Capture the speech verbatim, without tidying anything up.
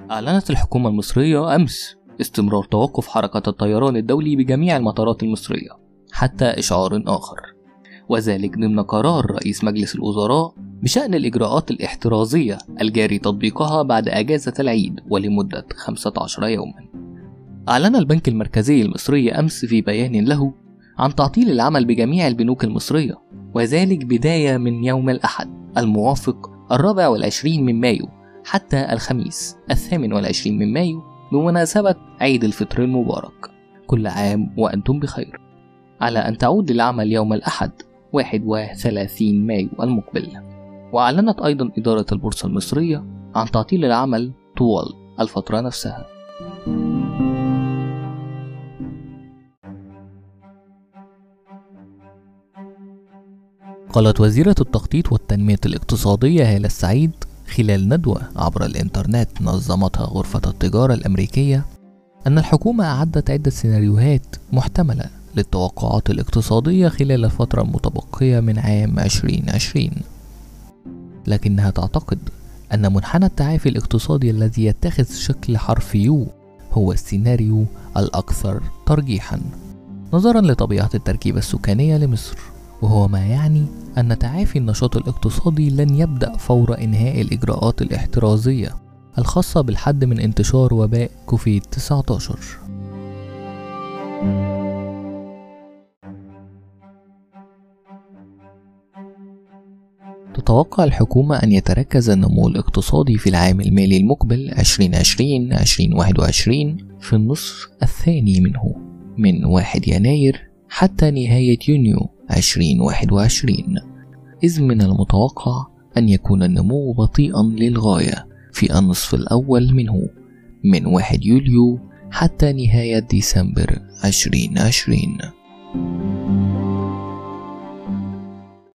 أعلنت الحكومة المصرية أمس استمرار توقف حركة الطيران الدولي بجميع المطارات المصرية حتى إشعار آخر، وذلك ضمن قرار رئيس مجلس الوزراء بشأن الإجراءات الاحترازية الجاري تطبيقها بعد أجازة العيد ولمدة خمسة عشر يوما. أعلن البنك المركزي المصري أمس في بيان له عن تعطيل العمل بجميع البنوك المصرية، وذلك بداية من يوم الأحد الموافق الرابع والعشرين من مايو حتى الخميس الثامن والعشرين من مايو بمناسبة عيد الفطر المبارك. كل عام وأنتم بخير. على أن تعود للعمل يوم الأحد واحد وثلاثين مايو المقبل. وأعلنت أيضا إدارة البورصة المصرية عن تعطيل العمل طوال الفترة نفسها. قالت وزيرة التخطيط والتنمية الاقتصادية هالة السعيد خلال ندوة عبر الإنترنت نظمتها غرفة التجارة الأمريكية أن الحكومة أعدت عدة سيناريوهات محتملة للتوقعات الاقتصادية خلال الفترة المتبقية من عام عشرين عشرين، لكنها تعتقد أن منحنى التعافي الاقتصادي الذي يتخذ شكل حرف يو هو السيناريو الأكثر ترجيحا نظرا لطبيعة التركيبة السكانية لمصر، وهو ما يعني أن تعافي النشاط الاقتصادي لن يبدأ فور إنهاء الإجراءات الاحترازية الخاصة بالحد من انتشار وباء كوفيد تسعة عشر. تتوقع الحكومة أن يتركز النمو الاقتصادي في العام المالي المقبل عشرين عشرين عشرين واحد وعشرين في النصف الثاني منه من واحد يناير حتى نهاية يونيو عشرين واحد وعشرين، إذ من المتوقع أن يكون النمو بطيئا للغاية في النصف الأول منه من واحد يوليو حتى نهاية ديسمبر عشرين عشرين.